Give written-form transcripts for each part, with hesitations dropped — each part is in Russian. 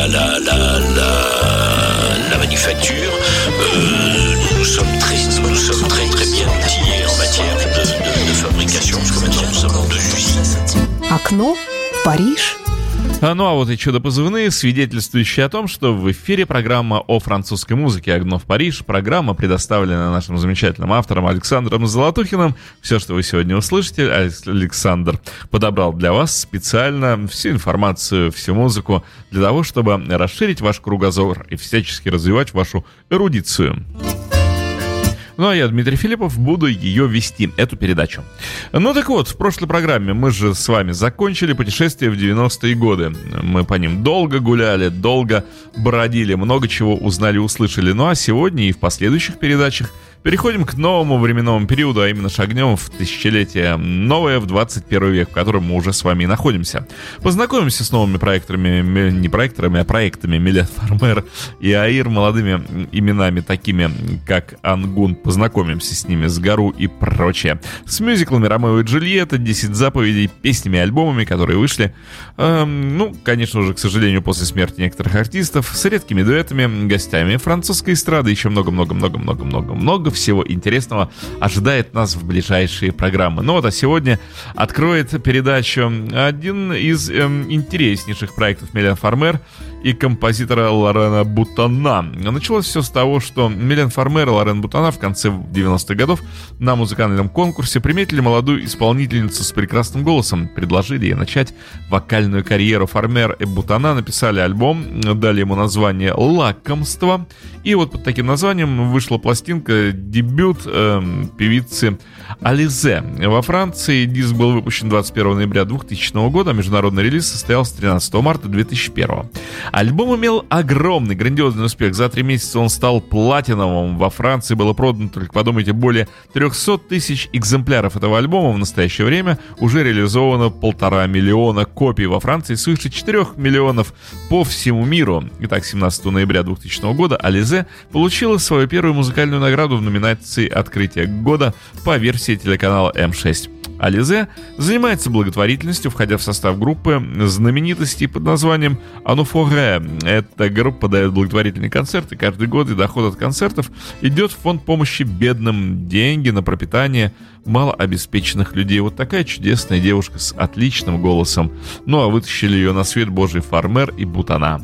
la manufacture. Nous sommes très bien outillés en matière de fabrication, parce que maintenant nous sommes en 2 usines. Окно в Париж. Ну а вот и чудо-позывные, свидетельствующие о том, что в эфире программа о французской музыке «Окно в Париж». Программа предоставлена нашим замечательным автором Александром Золотухиным. Все, что вы сегодня услышите, Александр подобрал для вас специально всю информацию, всю музыку для того, чтобы расширить ваш кругозор и всячески развивать вашу эрудицию. Ну а я, Дмитрий Филиппов, буду ее вести, эту передачу. Ну так вот, в прошлой программе мы же с вами закончили путешествие в 90-е годы. Мы по ним долго гуляли, долго бродили, много чего узнали, услышали. Ну а сегодня и в последующих передачах переходим к новому временному периоду, а именно шагнем в тысячелетие новое, в 21 век, в котором мы уже с вами и находимся. Познакомимся с новыми проектами Милен Фармер и Аир, молодыми именами, такими как Ангун. Познакомимся с ними, с Гару и прочее. С мюзиклами «Ромео и Джульетта», «10 заповедей», песнями и альбомами, которые вышли, конечно же, к сожалению, после смерти некоторых артистов, с редкими дуэтами, гостями французской эстрады, еще много всего интересного ожидает нас в ближайшие программы. Ну вот, а сегодня откроет передачу один из интереснейших проектов Милен Фармер и композитора Лорена Бутана. Началось все с того, что Милен Фармер и Лорен Бутана в конце 90-х годов на музыкальном конкурсе приметили молодую исполнительницу с прекрасным голосом, предложили ей начать вокальную карьеру. Фармер и Бутана написали альбом, дали ему название «Лакомство», и вот под таким названием вышла пластинка, дебют певицы Ализе. Во Франции диск был выпущен 21 ноября 2000 года, а международный релиз состоялся 13 марта 2001. Альбом имел огромный, грандиозный успех. За 3 месяца он стал платиновым. Во Франции было продано, только подумайте, более 300 тысяч экземпляров этого альбома. В настоящее время уже реализовано 1,5 миллиона копий. Во Франции свыше 4 миллионов по всему миру. Итак, 17 ноября 2000 года Ализе получила свою первую музыкальную награду в номинации «Открытие года» по версии телеканала М6. Ализе занимается благотворительностью, входя в состав группы знаменитостей под названием «Ануфоре». Эта группа дает благотворительные концерты каждый год, и доход от концертов идет в фонд помощи бедным, деньги на пропитание малообеспеченных людей. Вот такая чудесная девушка с отличным голосом. Ну а вытащили ее на свет Божий Фармер и Бутана.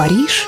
Париж.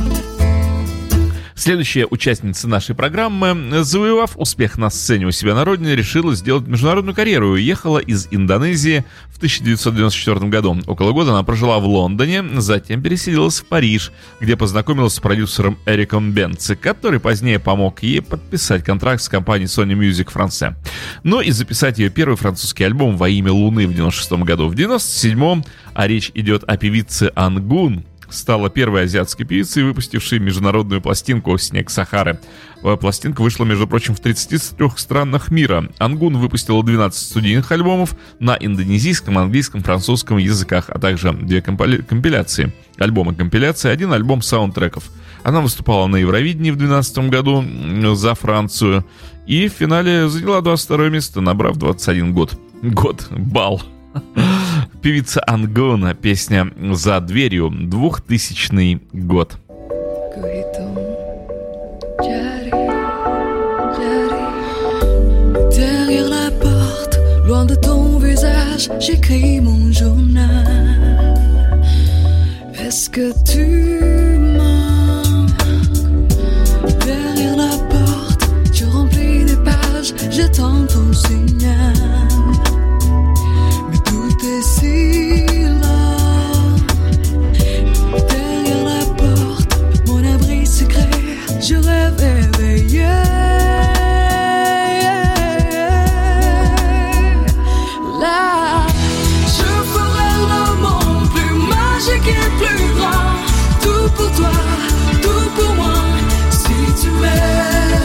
Следующая участница нашей программы, завоевав успех на сцене у себя на родине, решила сделать международную карьеру и уехала из Индонезии в 1994 году. Около года она прожила в Лондоне, затем переселилась в Париж, где познакомилась с продюсером Эриком Бенци, который позднее помог ей подписать контракт с компанией Sony Music France. Ну и записать ее первый французский альбом «Во имя Луны» в 1996 году. В 1997, а речь идет о певице Ангун, стала первой азиатской певицей, выпустившей международную пластинку «Снег Сахары». Пластинка вышла, между прочим, в 33 странах мира. Ангун выпустила 12 студийных альбомов на индонезийском, английском, французском языках, а также 2 компиляции. Альбомы-компиляции, 1 альбом саундтреков. Она выступала на Евровидении в 2012 году за Францию и в финале заняла 22 место, набрав 21 балл. Певица Ангуна, песня «За дверью», 2000 год. Derrière la porte, loin de ton visage, j'écris mon journal. Est-ce que tu m'aimes? Derrière la porte, tu remplis des pages, j'attends ton signal. Si là, derrière la porte, mon abri secret, je rêve éveillé. Là, je ferai le monde plus magique et plus grand. Tout pour toi, tout pour moi, si tu m'aimes.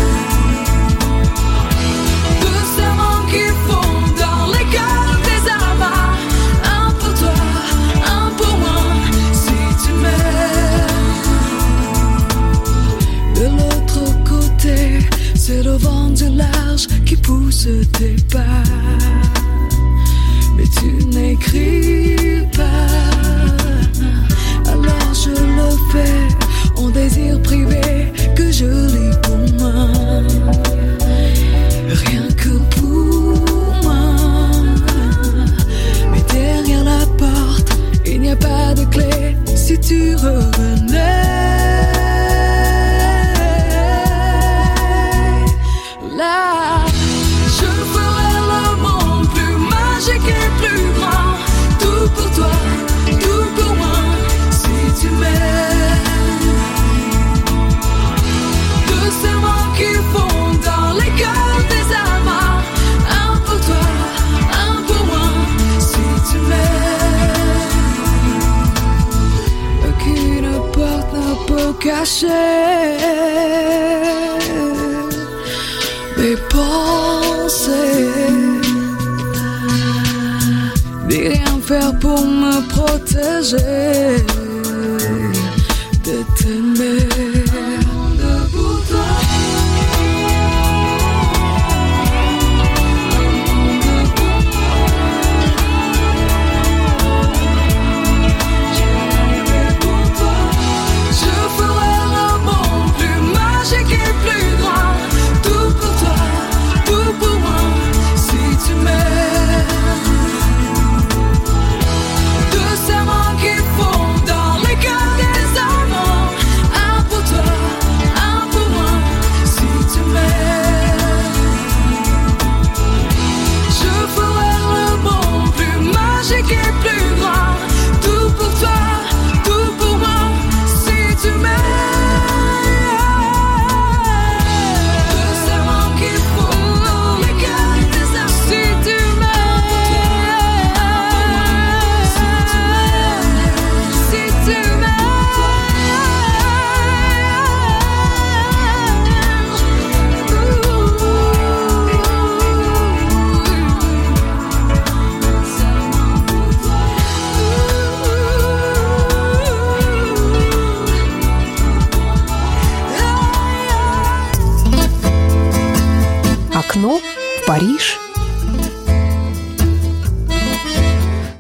Deux serments qui font dans les cœurs des amants. Un pour toi, un pour moi, si tu m'aimes. De l'autre côté, c'est le vent du large qui pousse tes pas. Mais tu n'écris pas. Alors je le fais en désir privé que je lis pour moi. Rien que pour moi. Mais derrière la porte, il n'y a pas de clé. Si tu revenais là, je ferai le monde plus magique et plus grand. Tout pour toi, tout pour moi, si tu m'aimes. Deux serments qui font dans les cœurs des amants. Un pour toi, un pour moi, si tu m'aimes. Aucune porte ne peut cacher mes pensées. Ni rien faire pour me protéger de t'aimer. Pour toi.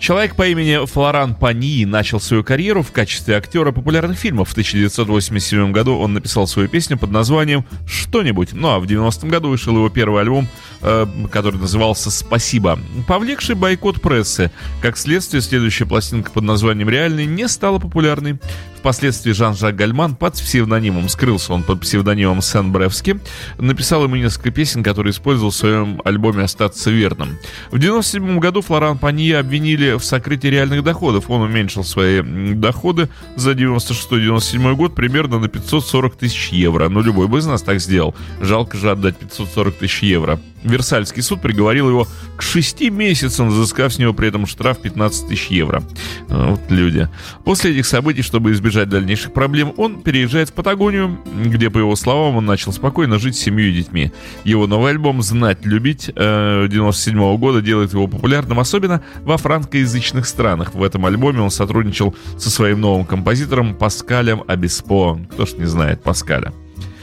Человек по имени Флоран Паньи начал свою карьеру в качестве актера популярных фильмов. В 1987 году он написал свою песню под названием «Что-нибудь». Ну а в 90-м году вышел его первый альбом, который назывался «Спасибо», повлекший бойкот прессы. Как следствие, следующая пластинка под названием «Реальный» не стала популярной. Впоследствии Жан-Жак Гальман под псевдонимом, скрылся он под псевдонимом Сен-Бревски, написал ему несколько песен, которые использовал в своем альбоме «Остаться верным». В 1997 году Флоран Паньи обвинили в сокрытии реальных доходов. Он уменьшил свои доходы за 96-97 год примерно на 540 тысяч евро. Но любой бы из нас так сделал. Жалко же отдать 540 тысяч евро. Версальский суд приговорил его к 6 месяцам, взыскав с него при этом штраф 15 тысяч евро. Вот люди. После этих событий, чтобы избежать дальнейших проблем, он переезжает в Патагонию, где, по его словам, он начал спокойно жить с семьей и детьми. Его новый альбом «Знать, любить» 1997 года делает его популярным, особенно во франкоязычных странах. В этом альбоме он сотрудничал со своим новым композитором Паскалем Обеспо. Кто ж не знает Паскаля.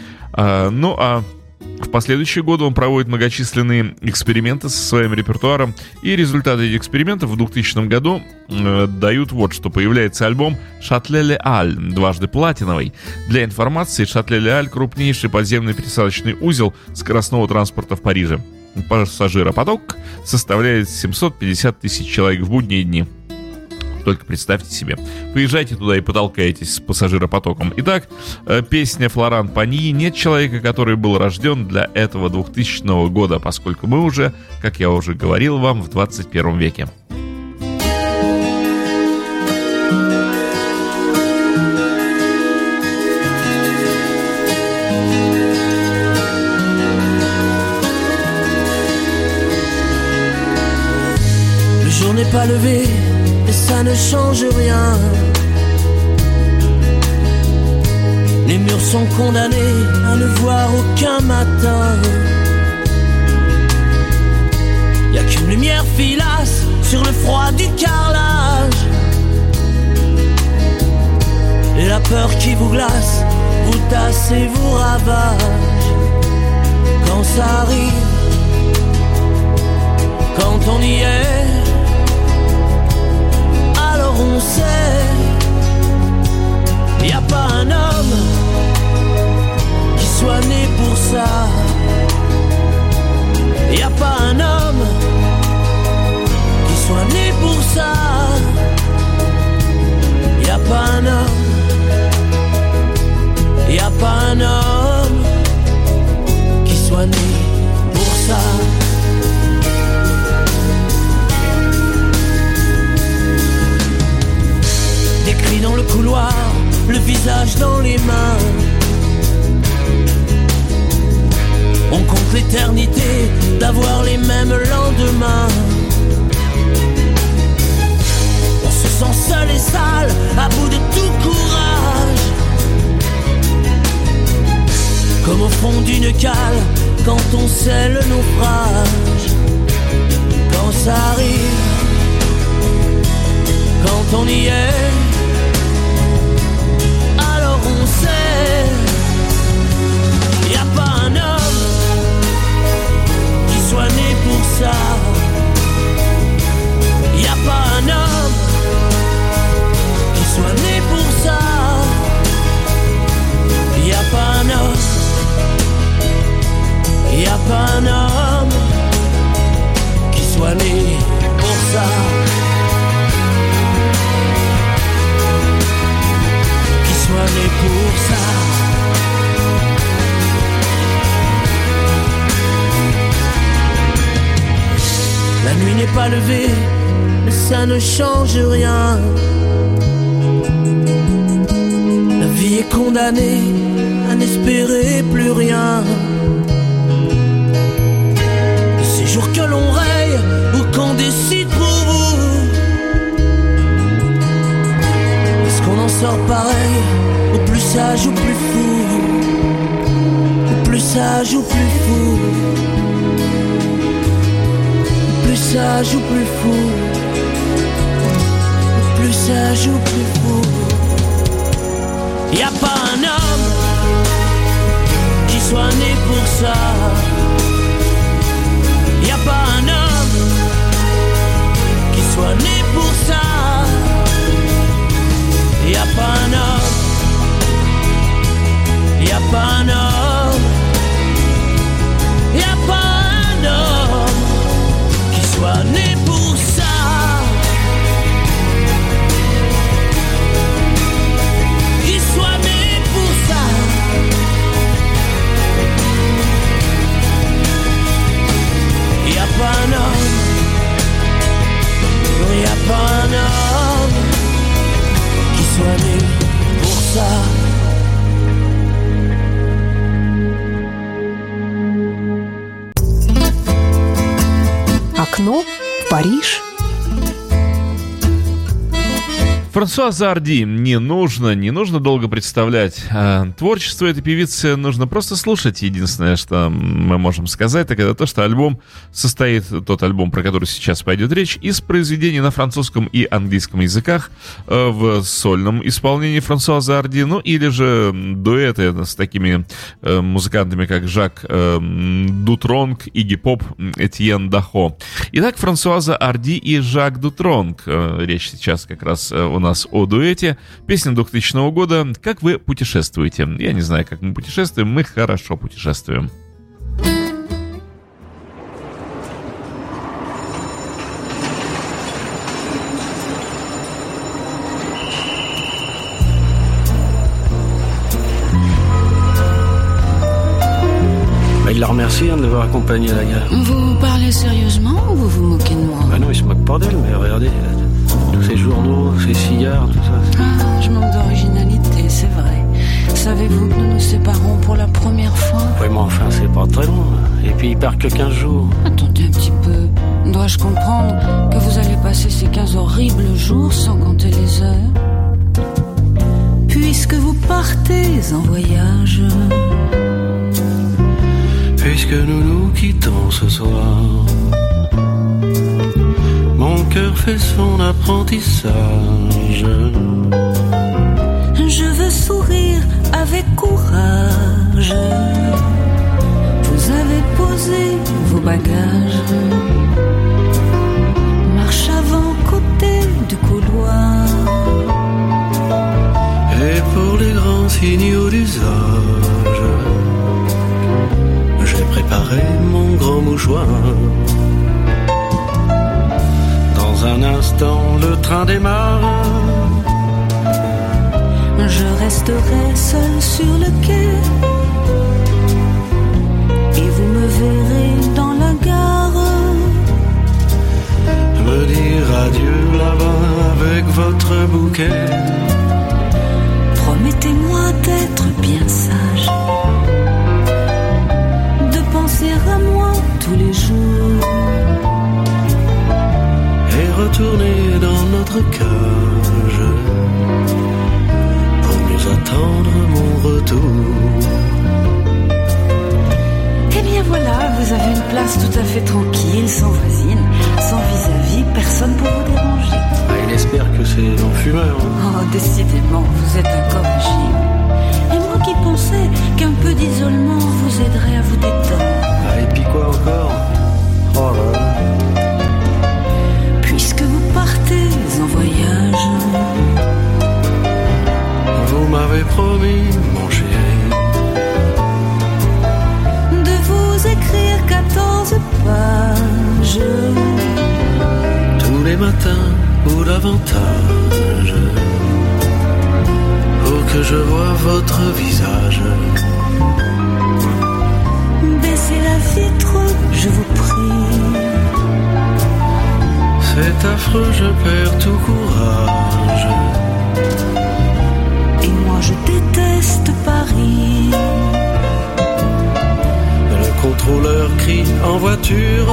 В последующие годы он проводит многочисленные эксперименты со своим репертуаром, и результаты этих экспериментов в 2000 году дают вот что. Появляется альбом «Шатле-ле-Аль», дважды платиновый. Для информации, Шатле-ле-Аль — крупнейший подземный пересадочный узел скоростного транспорта в Париже. Пассажиропоток составляет 750 тысяч человек в будние дни. Только представьте себе. Поезжайте туда и потолкайтесь с пассажиропотоком. Итак, песня Флоран Паньи «Нет человека, который был рожден для этого 2000 года», поскольку мы уже, как я уже говорил вам, в 21 веке. Le jour n'est pas levé, et ça ne change rien. Les murs sont condamnés à ne voir aucun matin. Y'a qu'une lumière filasse sur le froid du carrelage, et la peur qui vous glace, vous tasse et vous ravage. Quand ça arrive, quand on y est, on sait, y a pas un homme qui soit né pour ça. Y a pas un homme qui soit né pour ça. Y a pas un homme, y a pas un homme qui soit né pour ça. Des cris dans le couloir, le visage dans les mains. On compte l'éternité d'avoir les mêmes lendemains. On se sent seul et sale, à bout de tout courage, comme au fond d'une cale, quand on sait le naufrage. Quand ça arrive, quand on y est, on sait, y a pas un homme qui soit né pour ça. Y a pas un homme qui soit né pour ça. Y a pas un homme, y a pas un homme qui soit né pour ça. Soit né pour ça. La nuit n'est pas levée, mais ça ne change rien. La vie est condamnée à n'espérer plus rien. De ces jours que l'on raye ou qu'on décide pour vous, est-ce qu'on en sort pareil, ou plus sage ou plus fou, ou plus sage ou plus fou, ou plus sage ou plus fou, ou plus sage ou plus fou. Y a pas un homme qui soit né pour ça. Y a pas un homme qui soit né pour ça. Y a pas un homme, y a pas un homme, y a pas un homme qui soit né pour ça. Qui soit né pour ça. Y a pas un homme, non y a pas un homme qui soit né pour ça. Окно в Париж. Франсуаза Арди не нужно долго представлять. Творчество этой певицы нужно просто слушать. Единственное, что мы можем сказать, так это то, что альбом состоит, тот альбом, про который сейчас пойдет речь, из произведений на французском и английском языках в сольном исполнении Франсуазы Арди, ну или же дуэты с такими музыкантами, как Жак Дутронг, Игги Поп, Этьен Дахо. Итак, Франсуаза Арди и Жак Дутронг. Речь сейчас как раз у нас о дуэте. Песня 2000 года «Как вы путешествуете». Я не знаю, как мы путешествуем, мы хорошо путешествуем. Il la remercie de l'avoir accompagné à la gare. Vous parlez sérieusement ou vous vous moquez de moi? Bah non, il se moque pas d'elle, mais regardez, tous ces journaux, ces cigares, tout ça. Ah, je manque d'originalité, c'est vrai. Savez-vous que nous nous séparons pour la première fois? Oui, mais enfin, c'est pas très loin. Et puis, il part que 15 jours. Attendez un petit peu. Dois-je comprendre que vous allez passer ces 15 horribles jours sans compter les heures? Puisque vous partez en voyage, puisque nous nous quittons ce soir, mon cœur fait son apprentissage. je veux sourire avec courage. Vous avez posé vos bagages, marche avant côté du couloir. Et pour les grands signaux d'usage, j'ai préparé mon grand mouchoir. Dans un instant, le train démarre. Je resterai seul sur le quai et vous me verrez dans la gare me dire adieu là-bas avec votre bouquet. Promettez-moi d'être bien sage, de penser à moi tous les jours et retourner dans notre cage pour mieux attendre mon retour. Eh bien voilà, vous avez une place tout à fait tranquille, sans voisine, sans vis-à-vis, personne pour vous déranger. Il espère que c'est en fumeur. Oh, décidément, vous êtes incorrigible. Et moi qui pensais qu'un peu d'isolement vous aiderait à vous détendre. Et puis quoi encore? Oh là là. Puisque vous partez en voyage, vous m'avez promis, mon chéri, de vous écrire 14 pages tous les matins ou davantage, pour que je voie votre visage. Baissez la vitre, je vous prie. C'est affreux, je perds tout courage. Et moi je déteste Paris. Le contrôleur crie en voiture.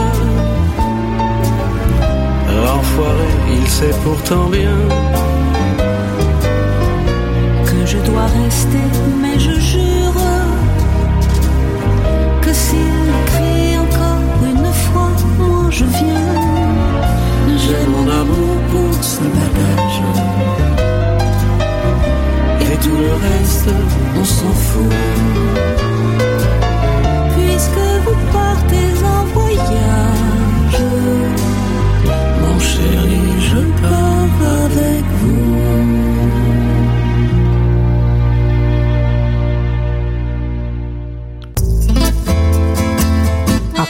L'enfoiré, il sait pourtant bien que je dois rester, mais je jure que s'il crie encore une fois, moi je viens. J'ai mon amour pour ce bagage, et tout le reste, on s'en fout. Puisque vous partez en voyage, mon chéri,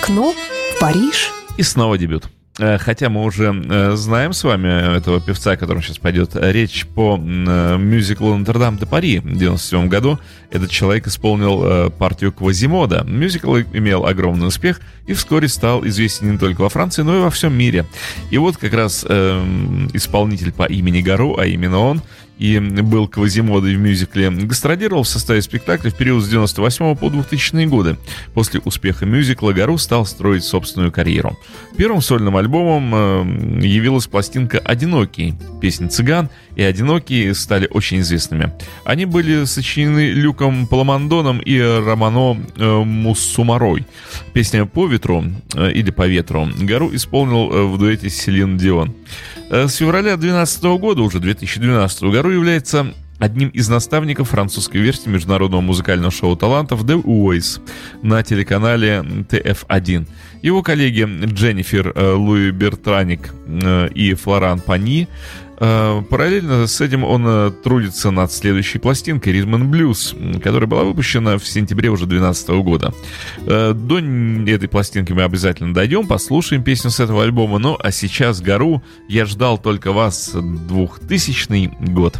Окно в Париж. И снова дебют. Хотя мы уже знаем с вами этого певца, о котором сейчас пойдет речь, по мюзиклу «Нотр-Дам де Пари» в 1997 году. Этот человек исполнил партию Квазимода. Мюзикл имел огромный успех и вскоре стал известен не только во Франции, но и во всем мире. И вот как раз исполнитель по имени Гару, а именно он, и был Квазимодой в мюзикле, гастролировал в составе спектакля в период с 98 по 2000 годы. После успеха мюзикла Гару стал строить собственную карьеру. Первым сольным альбомом явилась пластинка «Одинокий». Песни «Цыган» и «Одинокий» стали очень известными. Они были сочинены Люком Паламондоном и Романо Муссумарой. Песня «По ветру» или «По ветру» Гару исполнил в дуэте с Селин Дион. С февраля 2012 года, уже 2012, Гару является одним из наставников французской версии международного музыкального шоу талантов The Voice на телеканале TF1. Его коллеги Дженнифер Луи Бертраник и Флоран Пани. Параллельно с этим он трудится над следующей пластинкой «Rhythm and Blues», которая была выпущена в сентябре уже 2012 года. До этой пластинки мы обязательно дойдем, послушаем песню с этого альбома. Ну а сейчас Гару «Я ждал только вас», 2000 год.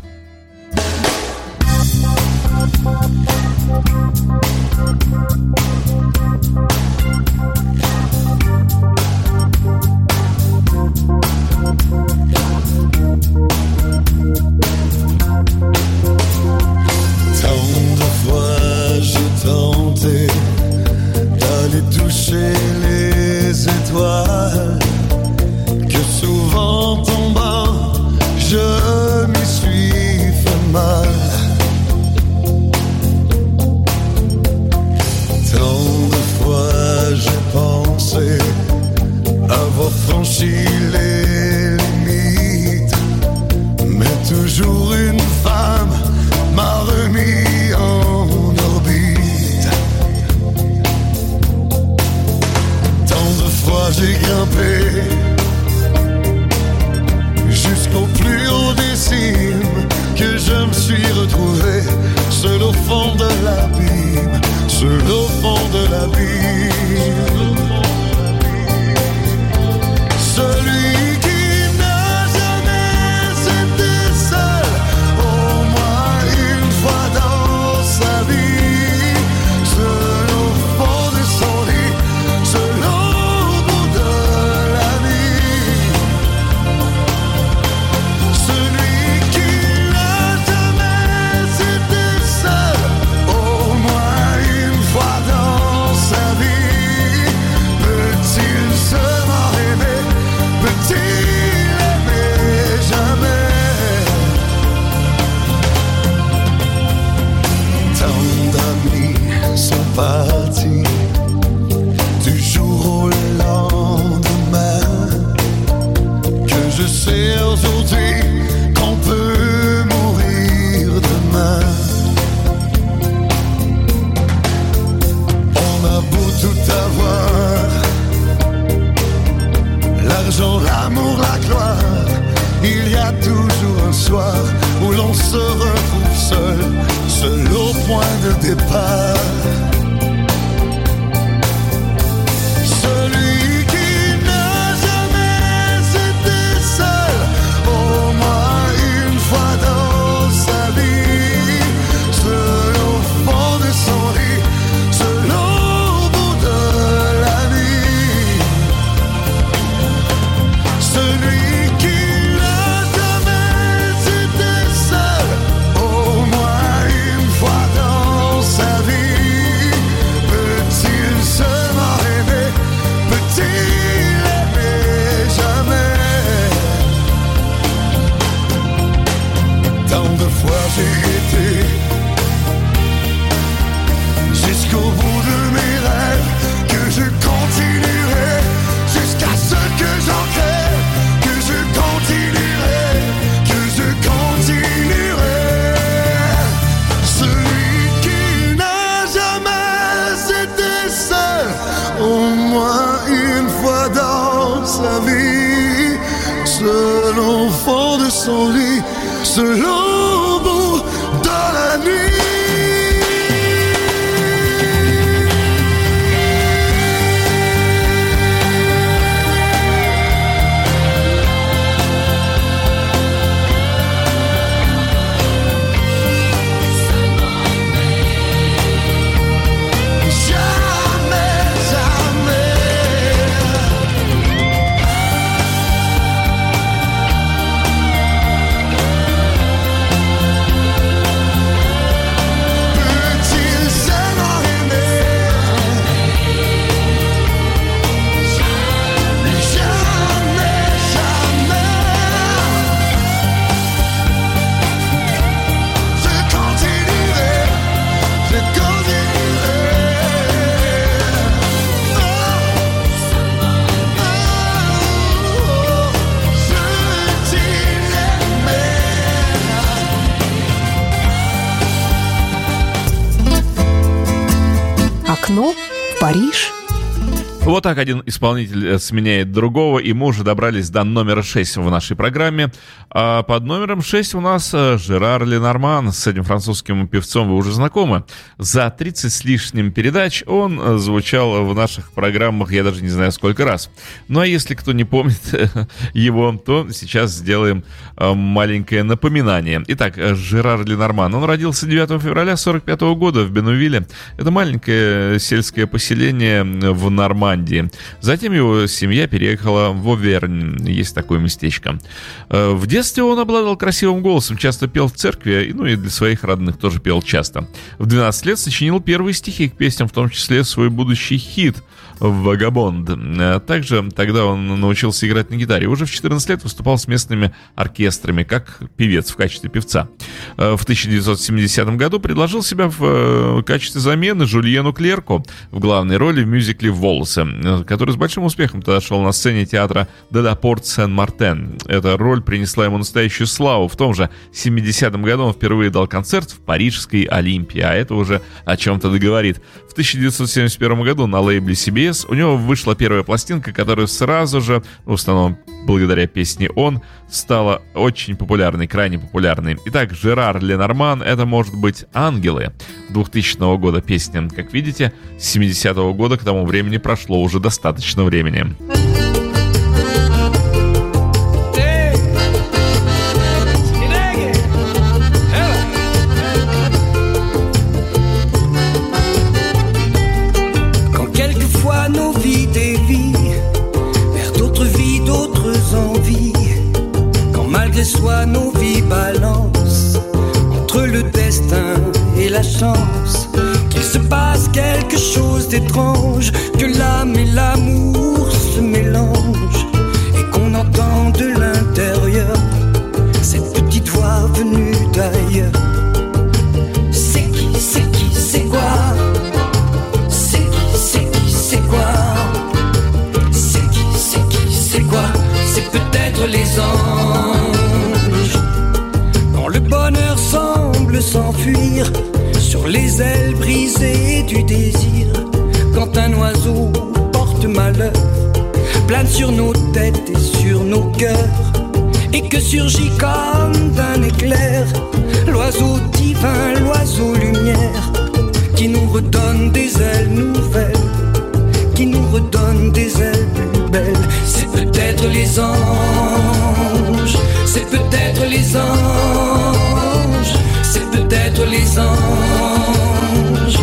Seul au fond de son lit, seul au bout de la nuit. окно в Париж. Вот так один исполнитель сменяет другого, и мы уже добрались до номера 6 в нашей программе. А под номером 6 у нас Жерар Ленорман. С этим французским певцом вы уже знакомы. За 30 с лишним передач он звучал в наших программах, я даже не знаю сколько раз. Ну а если кто не помнит его, то сейчас сделаем маленькое напоминание. Итак, Жерар Ленорман. Он родился 9 февраля 1945 года в Бенувиле. Это маленькое сельское поселение в Нормандии. Затем его семья переехала в Овернь, есть такое местечко. В детстве он обладал красивым голосом, часто пел в церкви, ну и для своих родных тоже пел часто. В 12 лет сочинил первые стихи к песням, в том числе свой будущий хит «Вагабонд». Также тогда он научился играть на гитаре. Уже в 14 лет выступал с местными оркестрами, как певец, в качестве певца. В 1970 году предложил себя в качестве замены Жюльену Клерку в главной роли в мюзикле «Волосы», который с большим успехом тогда шел на сцене театра «Де ла Порт Сен-Мартен». Эта роль принесла ему настоящую славу. В том же 70-м году он впервые дал концерт в парижской Олимпии, а это уже о чем-то договорит. В 1971 году на лейбле CBS у него вышла первая пластинка, которая сразу же, в основном благодаря песне «Он», стала очень популярной, крайне популярной. Итак, Жерар Ленорман, это может быть «Ангелы» 2000 года песня. Как видите, с 70-го года к тому времени прошло уже достаточно времени. Soit nos vies balancent entre le destin et la chance, qu'il se passe quelque chose d'étrange, que l'âme et l'amour se mélangent et qu'on entend de l'intérieur cette petite voix venue d'ailleurs. C'est qui, c'est quoi? C'est qui, c'est quoi? C'est qui, c'est quoi? C'est peut-être les anges. Le bonheur semble s'enfuir sur les ailes brisées du désir. Quand un oiseau porte malheur, plane sur nos têtes et sur nos cœurs, et que surgit comme d'un éclair l'oiseau divin, l'oiseau lumière, qui nous redonne des ailes nouvelles, qui nous redonne des ailes plus belles. C'est peut-être les anges, c'est peut-être les anges, c'est peut-être les anges.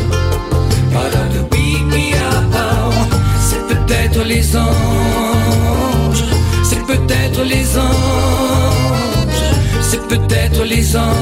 C'est peut-être les anges, c'est peut-être les anges, c'est peut-être les anges.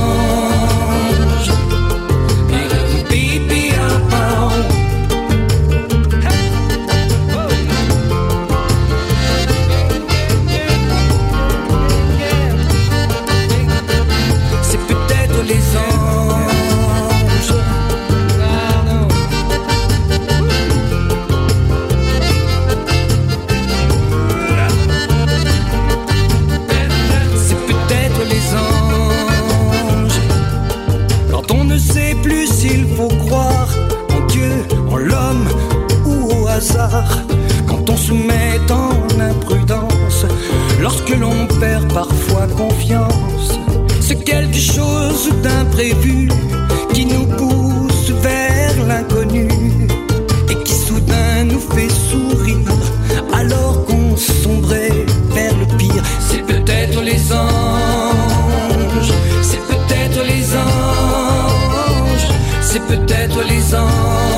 Quand on se met en imprudence, lorsque l'on perd parfois confiance, c'est quelque chose d'imprévu qui nous pousse vers l'inconnu et qui soudain nous fait sourire alors qu'on sombrait vers le pire. C'est peut-être les anges, c'est peut-être les anges, c'est peut-être les anges.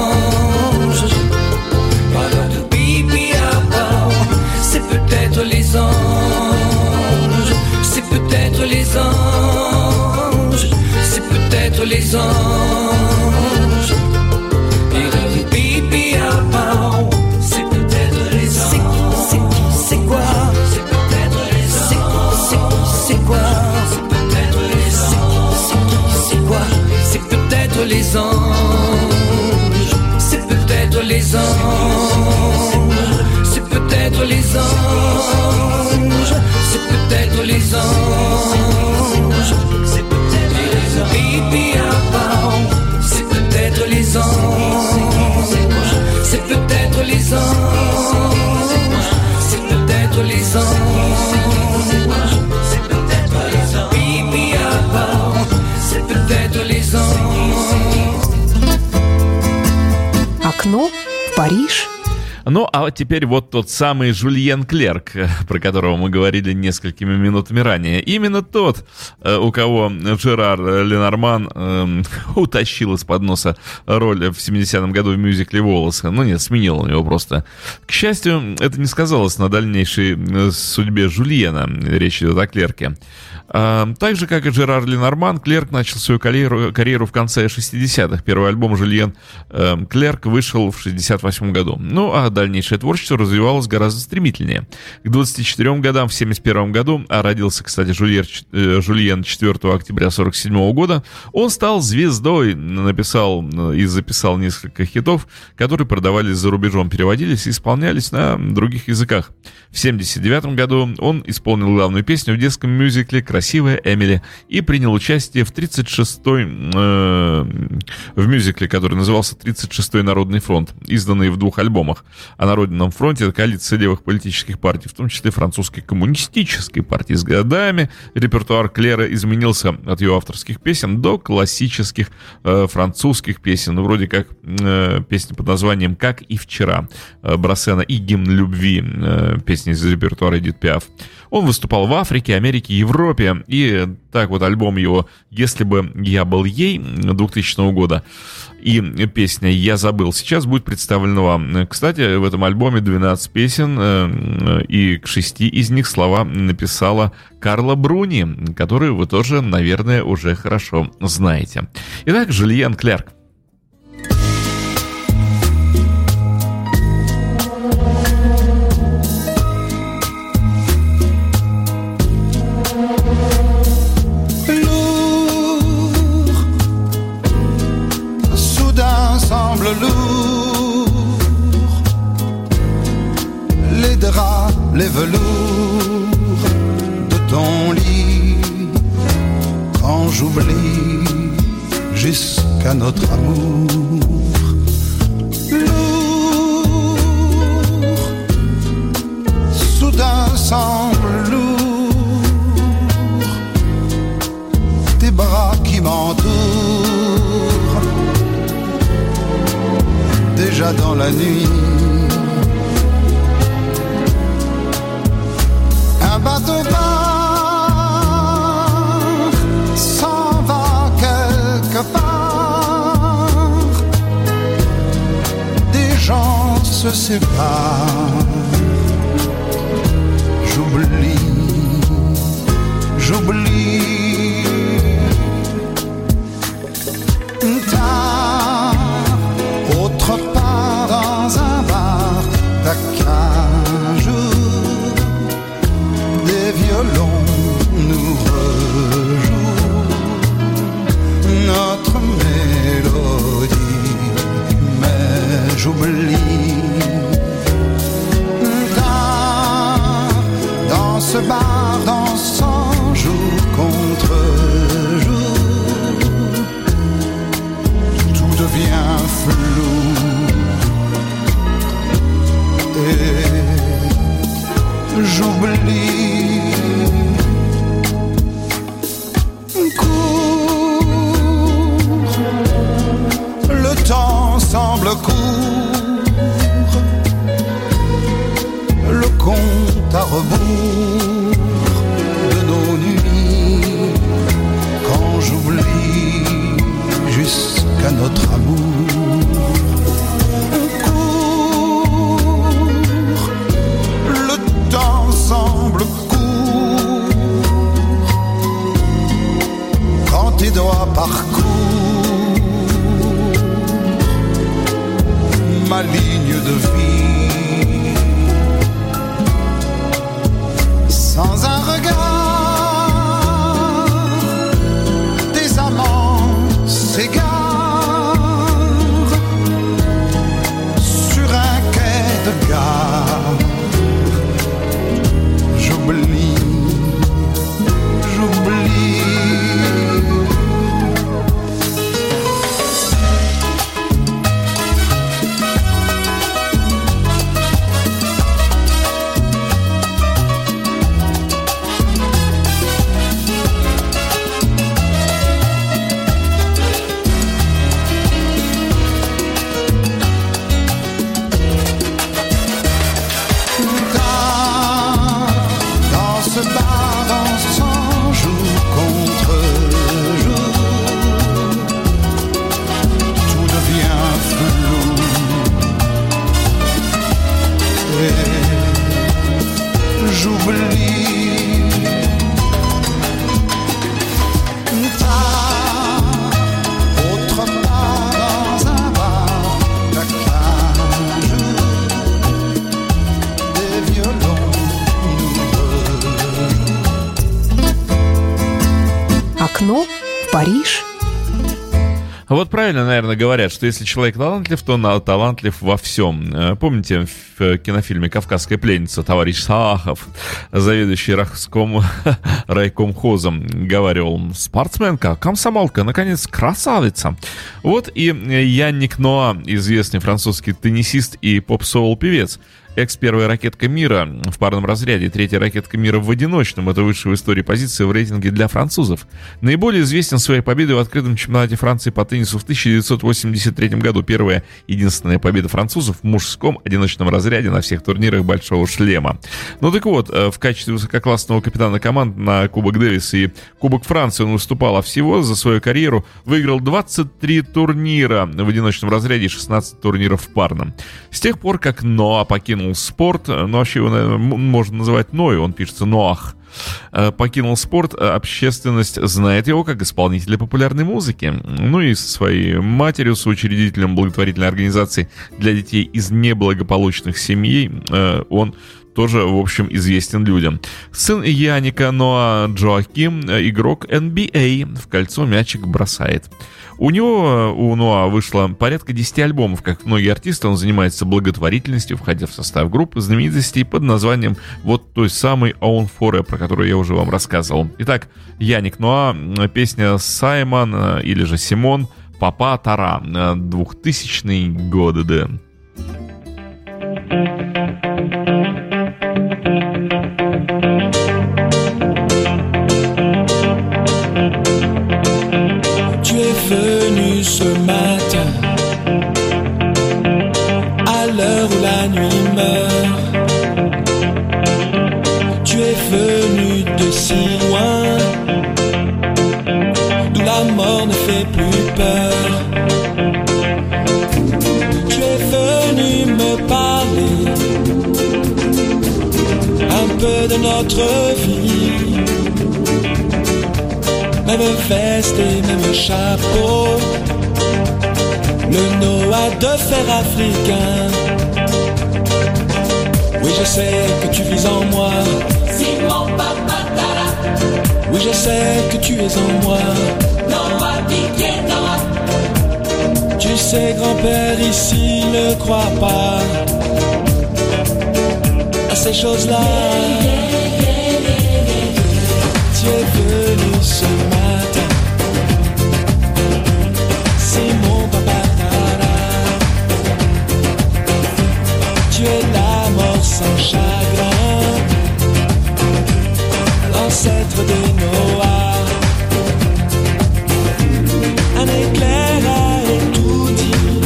C'est peut-être les anges, c'est peut-être les anges, c'est peut-être les anges. C'est peut-être les anges. C'est qui, c'est quoi? C'est peut-être les anges. C'est quoi? C'est peut-être les anges. C'est quoi? C'est peut-être les anges. C'est peut-être les anges. C'est peut-être les anges, c'est peut-être les anges, c'est peut-être les anges. c'est peut-être les anges, c'est peut-être les anges, pipi à part, c'est peut-être les anges. Окно в Париж. Ну, а вот теперь вот тот самый Жюльен Клерк, про которого мы говорили несколькими минутами ранее. Именно тот, у кого Жерар Ленорман утащил из-под носа роль в 70-м году в мюзикле «Волосы». Ну нет, сменил он его просто. К счастью, это не сказалось на дальнейшей судьбе Жюльена. Речь идет о Клерке. Так же, как и Жерар Ленорман, Клерк начал свою карьеру в конце 60-х. Первый альбом «Жюльен Клерк» вышел в 68 году. Ну, а дальнейшее творчество развивалось гораздо стремительнее. К 24 годам, в 71 году, а родился, кстати, Жюльен 4 октября 47 года, он стал звездой, написал и записал несколько хитов, которые продавались за рубежом, переводились и исполнялись на других языках. В 79 году он исполнил главную песню в детском мюзикле «Красивая Эмили» и принял участие в 36-й в мюзикле, который назывался «36-й Народный фронт», изданный в 2 альбомах. О Народном фронте — это коалиция левых политических партий, в том числе французской коммунистической партии. С годами репертуар Клера изменился от ее авторских песен до классических французских песен, вроде как песни под названием «Как и вчера» Брассена и «Гимн любви», песни из репертуара Эдит Пиаф. Он выступал в Африке, Америке, Европе, и так вот альбом его «Если бы я был ей» 2000 года и песня «Я забыл» сейчас будет представлена вам. Кстати, в этом альбоме 12 песен, и к 6 из них слова написала Карла Бруни, которую вы тоже, наверное, уже хорошо знаете. Итак, Жюльен Клерк. Lourd, les draps, les velours de ton lit, quand j'oublie jusqu'à notre amour. Lourd, soudain semble lourd, tes bras qui m'entourent. Déjà dans la nuit, un bateau part, s'en va quelque part, des gens se séparent, j'oublie autre part dans un bar d'acajou, des violons nous rejouent notre mélodie, mais j'oublie tard dans ce bar dansant jour contre jour, tout devient flou. Et j'oublie. Court, le temps semble court, le compte à rebours de nos nuits, quand j'oublie jusqu'à notre amour. Semble окно в Париж. Вот правильно, наверное, говорят, что если человек талантлив, то он талантлив во всем. Помните в кинофильме «Кавказская пленница» товарищ Саахов, заведующий райкомхозом, говорил: спортсменка, комсомолка, наконец, красавица. Вот и Янник Ноа, известный французский теннисист и поп-соул-певец, экс-первая ракетка мира в парном разряде, третья ракетка мира в одиночном. Это высшая в истории позиция в рейтинге для французов. Наиболее известен своей победой в открытом чемпионате Франции по теннису в 1983 году. Первая единственная победа французов в мужском одиночном разряде на всех турнирах Большого шлема. Ну так вот, в качестве высококлассного капитана команд на Кубок Дэвис и Кубок Франции он выступал, а всего за свою карьеру выиграл 23 турнира в одиночном разряде и 16 турниров в парном. С тех пор, как Ноа покинул спорт, но вообще его, наверное, можно называть Ной, он пишется Ноах, покинул спорт, общественность знает его как исполнителя популярной музыки. Ну и со своей матерью, соучредителем благотворительной организации для детей из неблагополучных семей, он тоже, в общем, известен людям. Сын Янника Ноа, Джоаким, игрок NBA, в кольцо мячик бросает. У Ноа вышло порядка 10 альбомов. Как многие артисты, он занимается благотворительностью, входя в состав группы знаменитостей под названием вот той самой Own Foray, про которую я уже вам рассказывал. Итак, Янник Ноа, песня Саймон или же Симон, Папа Тара, 2000-е годы, да. Tu es venu ce matin, à l'heure où la nuit meurt. Tu es venu de si loin, d'où la mort ne fait plus peur. Tu es venu me parler un peu de notre vie. Même veste et même chapeau, le Noah de fer africain. Oui, je sais que tu vis en moi, Simon Papa Tara. Oui, je sais que tu es en moi, Noah Didier Noah. Tu sais, grand-père ici ne croit pas à ces choses-là. Tu es venu ce matin, c'est mon papa Tara. Tu es la mort sans chagrin, l'ancêtre de Noah. Un éclair a tout dit,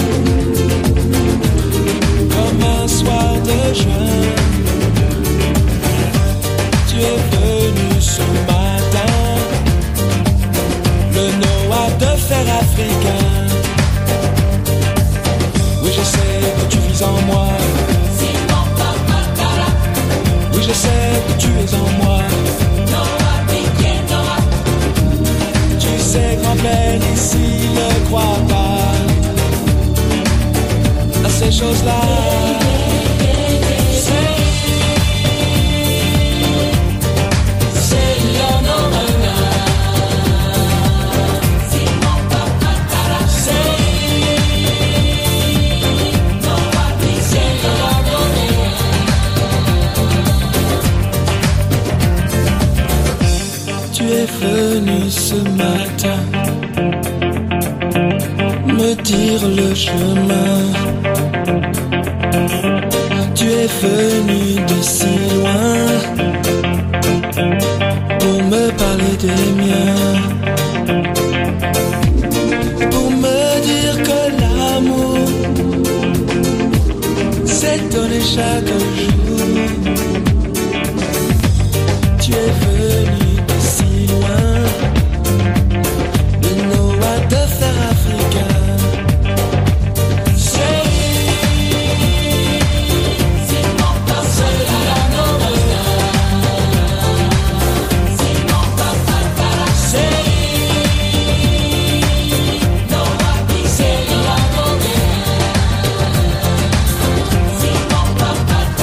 comme un soir de juin. Tu es venu ce matin, le Noah de fer africain. Oui, je sais que tu vis en moi, Simon Papa Tara. Oui, je sais que tu es en moi, Noah Didier Noah. Tu sais, grand-père ici ne croit pas à ces choses-là. Tu es venu ce matin me dire le chemin. Tu es venu de si loin pour me parler des miens, pour me dire que l'amour s'est donné chaque jour. Tu es venu Papa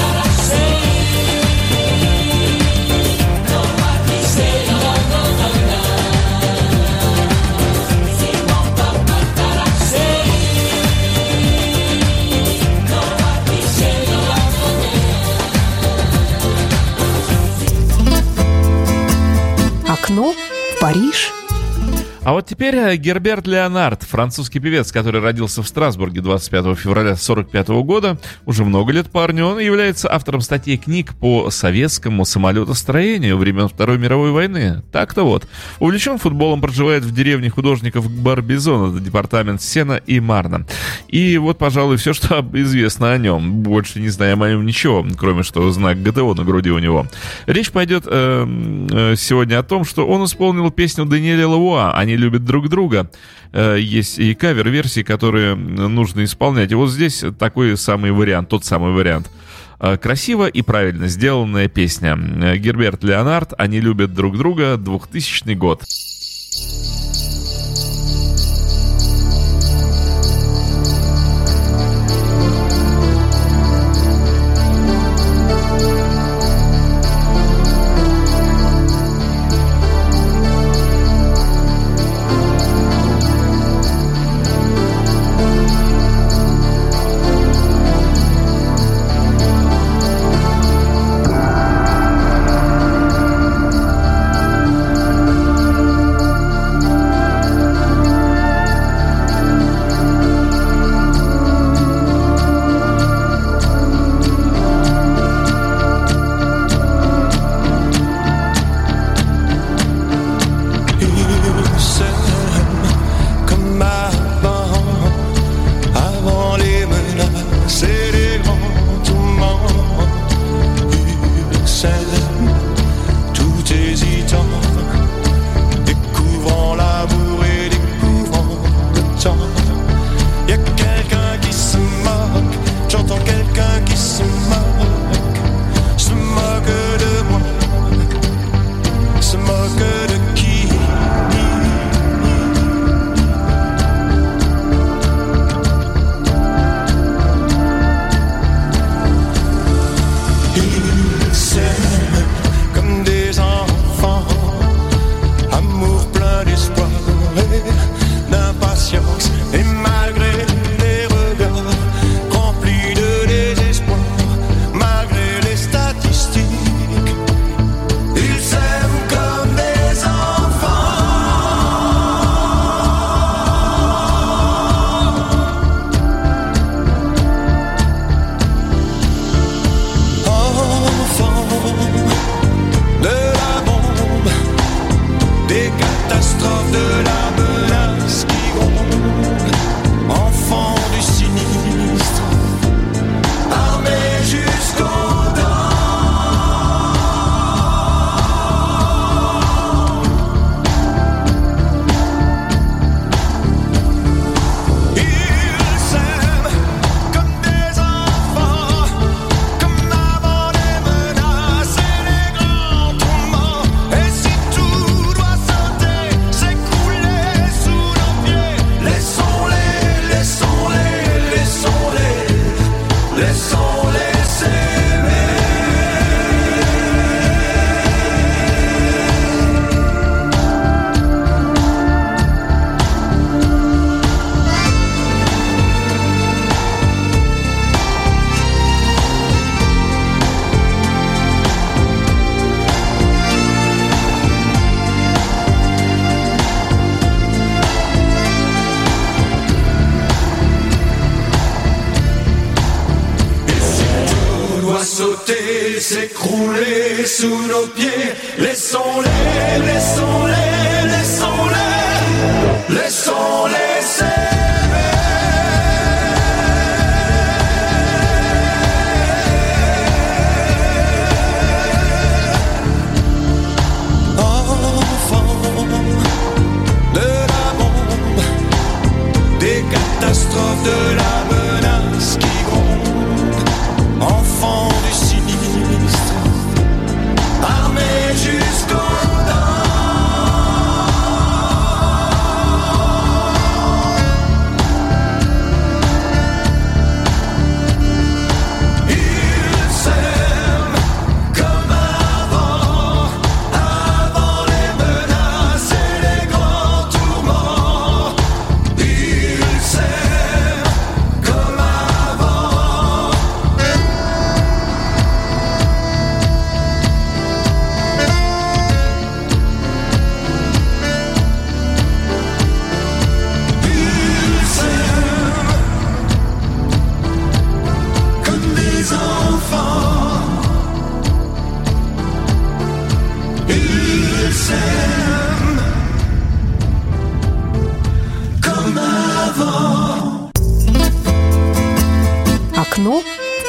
окно в Париж. А вот теперь Герберт Леонард, французский певец, который родился в Страсбурге 25 февраля 1945 года, уже много лет парню, он является автором статей и книг по советскому самолетостроению времен Второй мировой войны. Так-то вот. Увлечен футболом, проживает в деревне художников Барбизона, департамент Сена и Марна. И вот, пожалуй, все, что известно о нем. Больше не знаем о нем ничего, кроме что знак ГТО на груди у него. Речь пойдет сегодня о том, что он исполнил песню Даниэля Лавуа «Они любят друг друга». Есть и кавер-версии, которые нужно исполнять. И вот здесь такой самый вариант, тот самый вариант. Красиво и правильно сделанная песня. Герберт Леонард «Они любят друг друга», 2000 год. S'écrouler sous nos pieds, laissons-les, laissons-les, laissons-les, laissons-les s'aimer. Enfants de la bombe, des catastrophes, de la menace qui gronde, enfants du sinistre, armés jusqu'aux dents.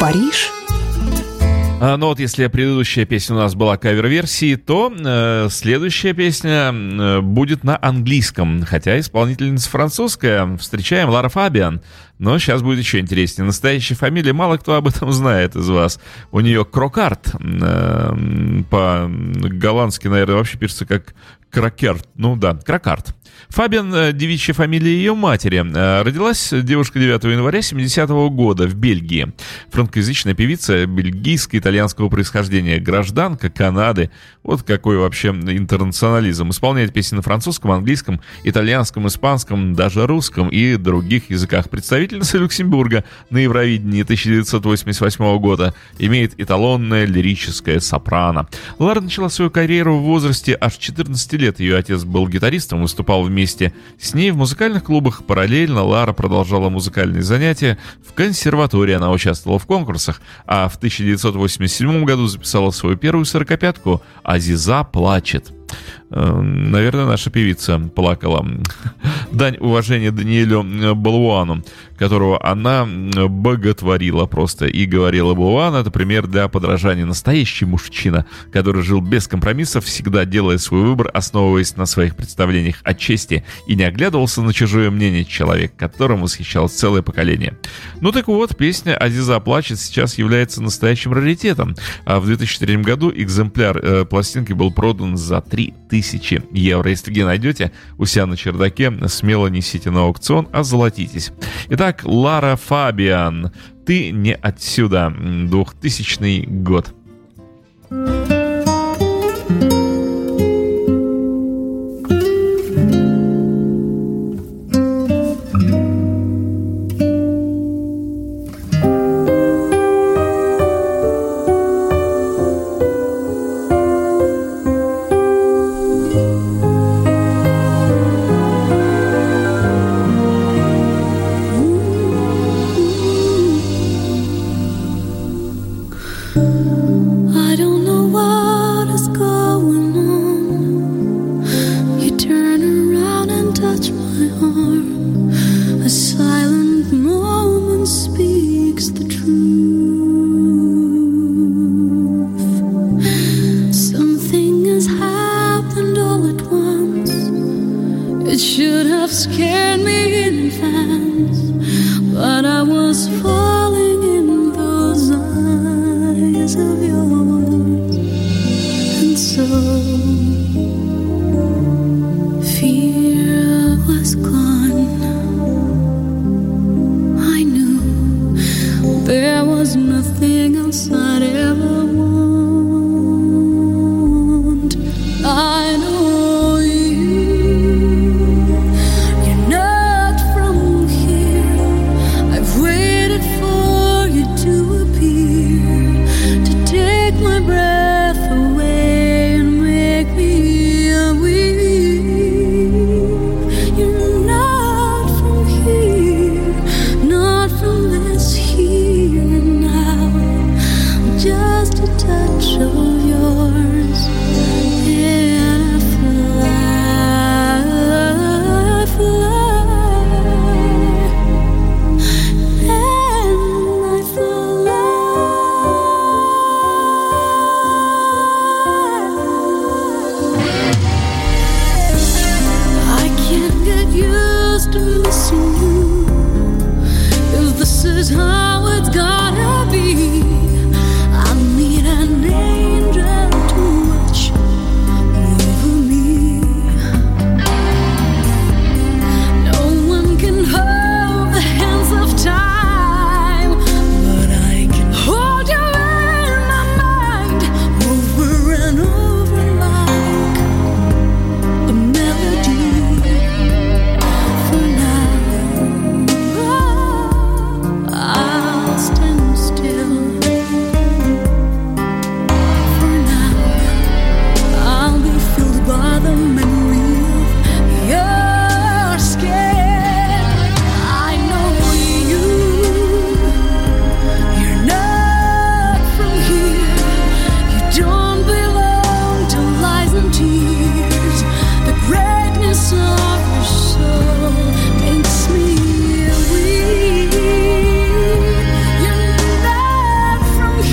Париж. Но вот если предыдущая песня у нас была кавер-версией, то следующая песня будет на английском, хотя исполнительница французская. Встречаем Лара Фабиан. Но сейчас будет еще интереснее. Настоящая фамилия, мало кто об этом знает из вас. У нее Крокарт. По-голландски, наверное, вообще пишется как Крокерт. Ну да, Крокарт. Фабиан — девичья фамилия ее матери. Родилась девушка 9 января 70-го года в Бельгии. Франкоязычная певица бельгийско-итальянского происхождения, гражданка Канады. Вот какой вообще интернационализм. Исполняет песни на французском, английском, итальянском, испанском, даже русском и других языках. Представительница Люксембурга на Евровидении 1988 года. Имеет эталонное лирическое сопрано. Лара начала свою карьеру в возрасте аж 14 лет. Ее отец был гитаристом, выступал вместе с ней в музыкальных клубах. Параллельно Лара продолжала музыкальные занятия в консерватории. Она участвовала в конкурсах, а в 1987 году записала свою первую сорокопятку «Азиза плачет». Наверное, наша певица плакала. Дань уважения Даниэлю Балуану, которого она боготворила просто. И говорила: Балуан — это пример для подражания. Настоящий мужчина, который жил без компромиссов, всегда делая свой выбор, основываясь на своих представлениях о чести, и не оглядывался на чужое мнение. Человек, которым восхищалось целое поколение. Ну так вот, песня «Азиза плачет» сейчас является настоящим раритетом. А в 2003 году экземпляр пластинки был продан за 3000 евро. Если где найдете у себя на чердаке, смело несите на аукцион, озолотитесь. Итак, Лара Фабиан, «Ты не отсюда», 2000 год. This is how it's gotta be. I need an angel.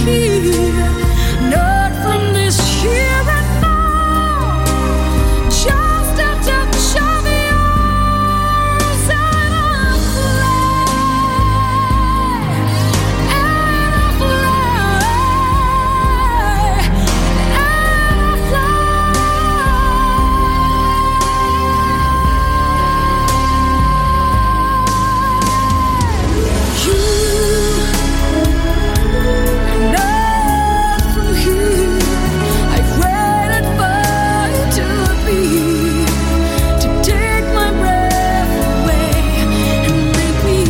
here, not from this here and now. Just a touch of yours and I'll fly, and I'll fly, and I'll not from here. I've waited for you to appear, to take my breath away and make me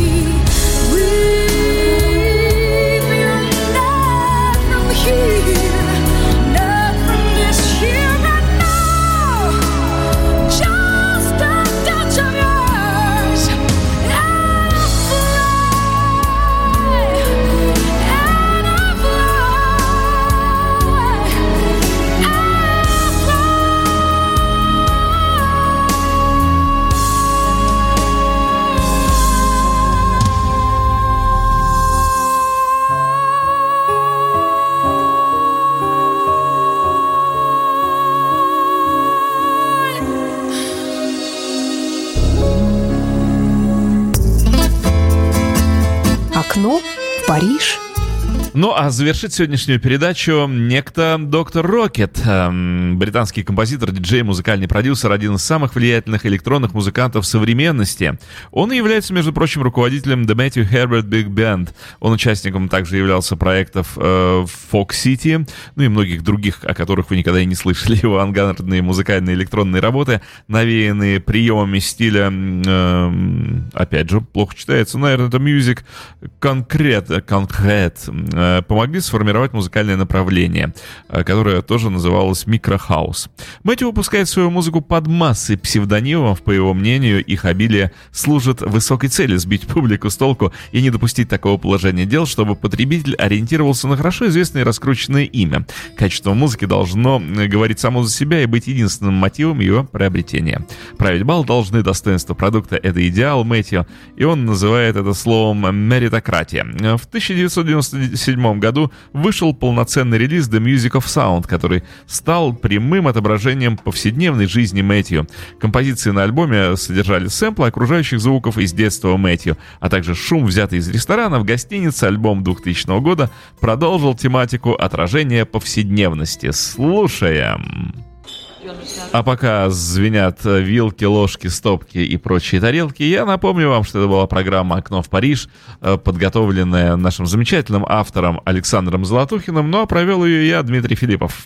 weep. You're not from here, not from this here and now. Just a touch of yours, and I'll fly, and I'll Окно в Париж. Ну, а завершит сегодняшнюю передачу некто Доктор Рокет, британский композитор, диджей, музыкальный продюсер, один из самых влиятельных электронных музыкантов современности. Он и является, между прочим, руководителем The Matthew Herbert Big Band. Он участником также являлся проектов Fox City, ну и многих других, о которых вы никогда и не слышали. Его авангардные музыкальные электронные работы, навеянные приемами стиля, опять же, плохо читается, наверное, это Music Concrete, помогли сформировать музыкальное направление, которое тоже называлось микрохаус. Мэтью выпускает свою музыку под массой псевдонимов. По его мнению, их обилие служит высокой цели — сбить публику с толку и не допустить такого положения дел, чтобы потребитель ориентировался на хорошо известное и раскрученное имя. Качество музыки должно говорить само за себя и быть единственным мотивом ее приобретения. Править бал должны достоинства продукта — это идеал Мэтью, и он называет это словом меритократия. В 1997 году вышел полноценный релиз The Music of Sound, который стал прямым отображением повседневной жизни Мэтью. Композиции на альбоме содержали сэмплы окружающих звуков из детства Мэтью, а также шум, взятый из ресторана в гостинице. Альбом 2000 года продолжил тематику отражения повседневности. Слушаем! А пока звенят вилки, ложки, стопки и прочие тарелки, я напомню вам, что это была программа «Окно в Париж», подготовленная нашим замечательным автором Александром Золотухиным, ну а провел ее я, Дмитрий Филиппов.